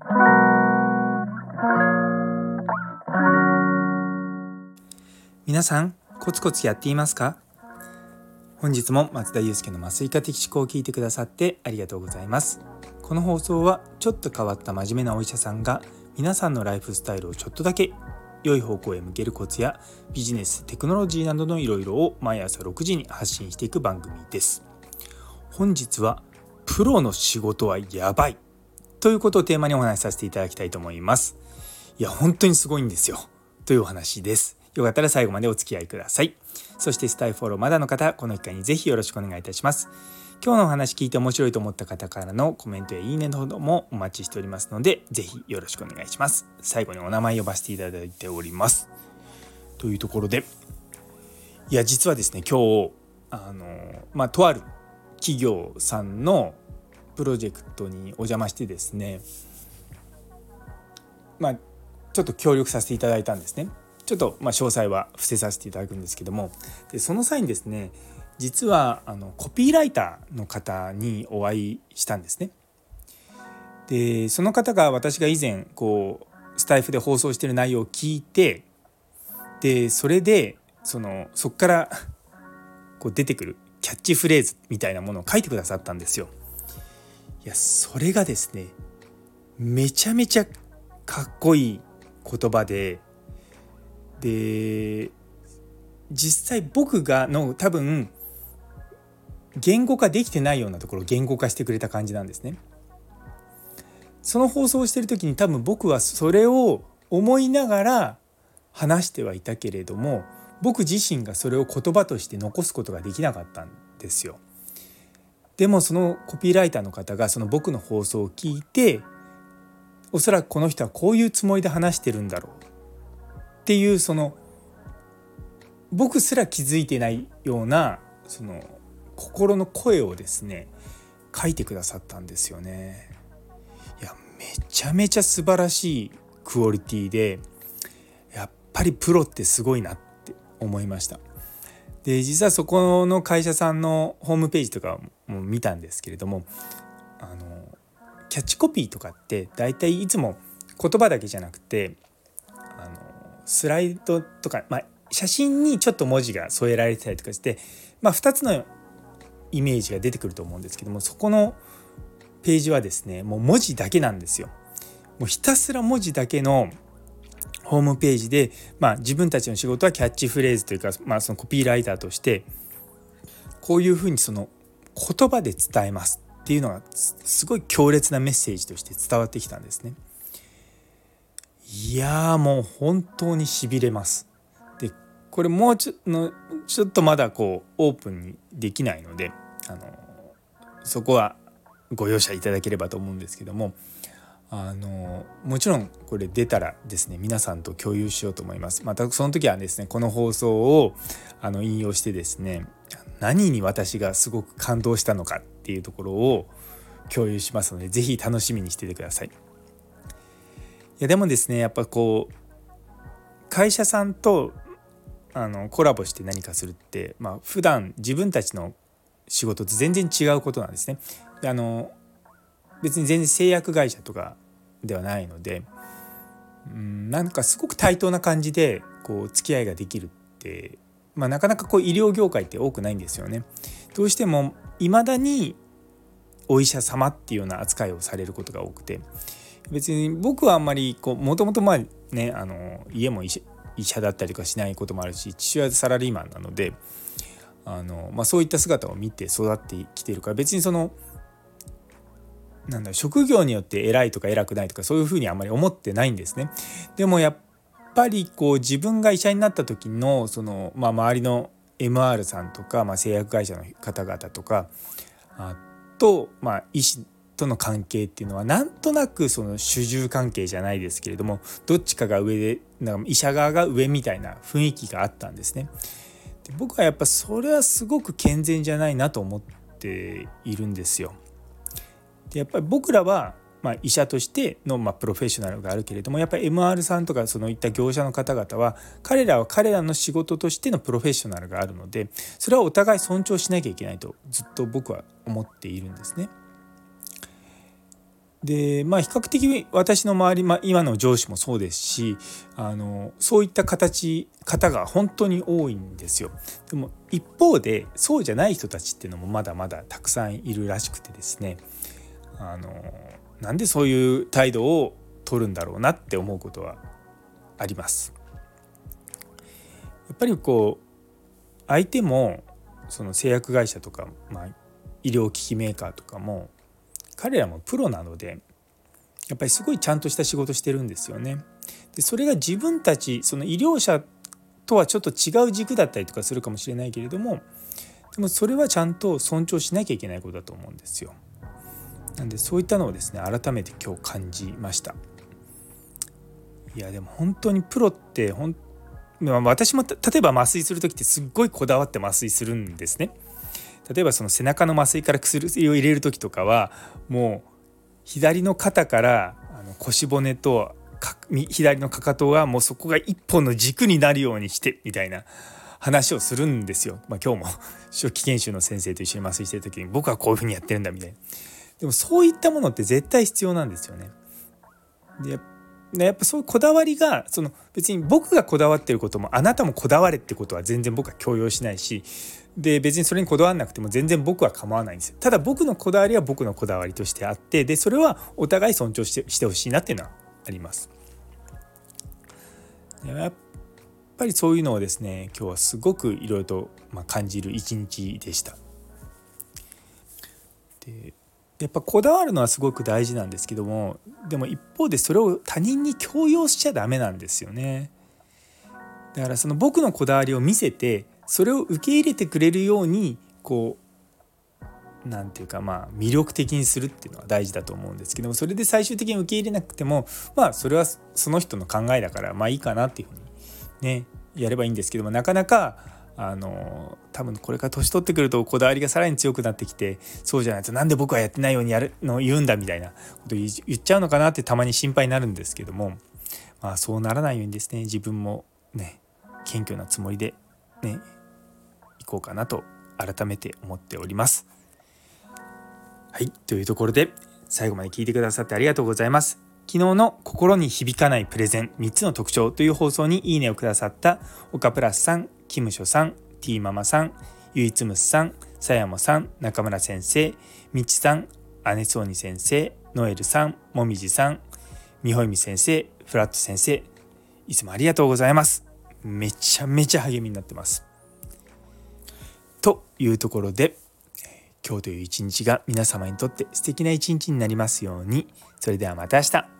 皆さんコツコツやっていますか？本日も松田祐介の麻酔科的思考を聞いてくださってありがとうございます。この放送はちょっと変わった真面目なお医者さんが皆さんのライフスタイルをちょっとだけ良い方向へ向けるコツやビジネス、テクノロジーなどのいろいろを毎朝6時に発信していく番組です。本日はプロの仕事はやばいということをテーマにお話しさせていただきたいと思います。いや本当にすごいんですよというお話です。よかったら最後までお付き合いください。そしてスタイフォローまだの方、この機会にぜひよろしくお願いいたします。今日のお話聞いて面白いと思った方からのコメントやいいねのほどもお待ちしておりますので、ぜひよろしくお願いします。最後にお名前呼ばせていただいております。というところで、いや実はですね、今日とある企業さんのプロジェクトにお邪魔してですね、ちょっと協力させていただいたんですね。ちょっと詳細は伏せさせていただくんですけども、でその際にですね、実はコピーライターの方にお会いしたんですね。でその方が私が以前スタイフで放送している内容を聞いて、でそれでそこから出てくるキャッチフレーズみたいなものを書いてくださったんですよ。いやそれがですね、めちゃめちゃかっこいい言葉で、実際僕が多分言語化できてないようなところを言語化してくれた感じなんですね。その放送をしている時に多分僕はそれを思いながら話してはいたけれども、僕自身がそれを言葉として残すことができなかったんですよ。でもそのコピーライターの方がその僕の放送を聞いて、おそらくこの人はこういうつもりで話してるんだろうっていう僕すら気づいてないような心の声をですね書いてくださったんですよね。いやめちゃめちゃ素晴らしいクオリティで、やっぱりプロってすごいなって思いました。で実はそこの会社さんのホームページとかも見たんですけれども、キャッチコピーとかってだいたいいつも言葉だけじゃなくてスライドとか、写真にちょっと文字が添えられてたりとかして、2つのイメージが出てくると思うんですけども、そこのページはですねもう文字だけなんですよ。もうひたすら文字だけのホームページで、自分たちの仕事はキャッチフレーズというか、そのコピーライターとしてこういうふうに言葉で伝えますっていうのがすごい強烈なメッセージとして伝わってきたんですね。いやもう本当にしびれます。でこれもうちょっとまだオープンにできないのでそこはご容赦いただければと思うんですけども、もちろんこれ出たらですね皆さんと共有しようと思います。またその時はですねこの放送を引用してですね、何に私がすごく感動したのかっていうところを共有しますので、ぜひ楽しみにしていてください。いやでもですね、やっぱ会社さんとコラボして何かするって、普段自分たちの仕事と全然違うことなんですね。で別に全然製薬会社とかではないので、なんかすごく対等な感じで付き合いができるって、なかなか医療業界って多くないんですよね。どうしても未だにお医者様っていうような扱いをされることが多くて、別に僕はあんまりもともと家も医者だったりとかしないこともあるし、父親はサラリーマンなのでそういった姿を見て育ってきているから、別に職業によって偉いとか偉くないとかそういうふうにあんまり思ってないんですね。でもやっぱり自分が医者になった時の周りの MR さんとか、製薬会社の方々とかと、医師との関係っていうのはなんとなく主従関係じゃないですけれども、どっちかが上で医者側が上みたいな雰囲気があったんですね。で僕はやっぱそれはすごく健全じゃないなと思っているんですよ。でやっぱり僕らは医者としてのプロフェッショナルがあるけれども、やっぱり MR さんとかそういった業者の方々は彼らの仕事としてのプロフェッショナルがあるので、それはお互い尊重しなきゃいけないとずっと僕は思っているんですね。 で比較的私の周り、今の上司もそうですしそういった方が本当に多いんですよ。でも一方でそうじゃない人たちっていうのもまだまだたくさんいるらしくてですね、なんでそういう態度を取るんだろうなって思うことはあります。やっぱり相手もその製薬会社とか、医療機器メーカーとかも彼らもプロなのでやっぱりすごいちゃんとした仕事してるんですよね。でそれが自分たちその医療者とはちょっと違う軸だったりとかするかもしれないけれども、でもそれはちゃんと尊重しなきゃいけないことだと思うんですよ。なんでそういったのをですね改めて今日感じました。いやでも本当にプロって私も例えば麻酔する時ってすっごいこだわって麻酔するんですね。例えばその背中の麻酔から薬を入れる時とかはもう左の肩から腰骨と左のかかとがもうそこが一本の軸になるようにしてみたいな話をするんですよ。今日も初期研修の先生と一緒に麻酔してる時に僕はこういうふうにやってるんだみたいな。でもそういったものって絶対必要なんですよね。でやっぱそういうこだわりが別に僕がこだわってることもあなたもこだわれってことは全然僕は強要しないし、で別にそれにこだわらなくても全然僕は構わないんですよ。ただ僕のこだわりは僕のこだわりとしてあって、でそれはお互い尊重してほしいなっていうのはあります。やっぱりそういうのをですね今日はすごくいろいろと感じる一日でした。でやっぱこだわるのはすごく大事なんですけども、でも一方でそれを他人に強要しちゃダメなんですよね。だからその僕のこだわりを見せてそれを受け入れてくれるようになんていうか魅力的にするっていうのは大事だと思うんですけども、それで最終的に受け入れなくてもそれはその人の考えだからいいかなっていうふうにねやればいいんですけども、なかなか多分これから年取ってくるとこだわりがさらに強くなってきて、そうじゃないとなんで僕はやってないようにやるの言うんだみたいなこと言っちゃうのかなってたまに心配になるんですけども、そうならないようにですね自分もね謙虚なつもりでねいこうかなと改めて思っております。はい、というところで最後まで聞いてくださってありがとうございます。昨日の心に響かないプレゼン3つの特徴という放送にいいねをくださった岡プラスさん、キムショさん、ティーママさん、ゆいつむすさん、さやもさん、中村先生、みちさん、アネソーニ先生、ノエルさん、もみじさん、みほいみ先生、フラット先生、いつもありがとうございます。めちゃめちゃ励みになってます。というところで今日という一日が皆様にとって素敵な一日になりますように。それではまた明日。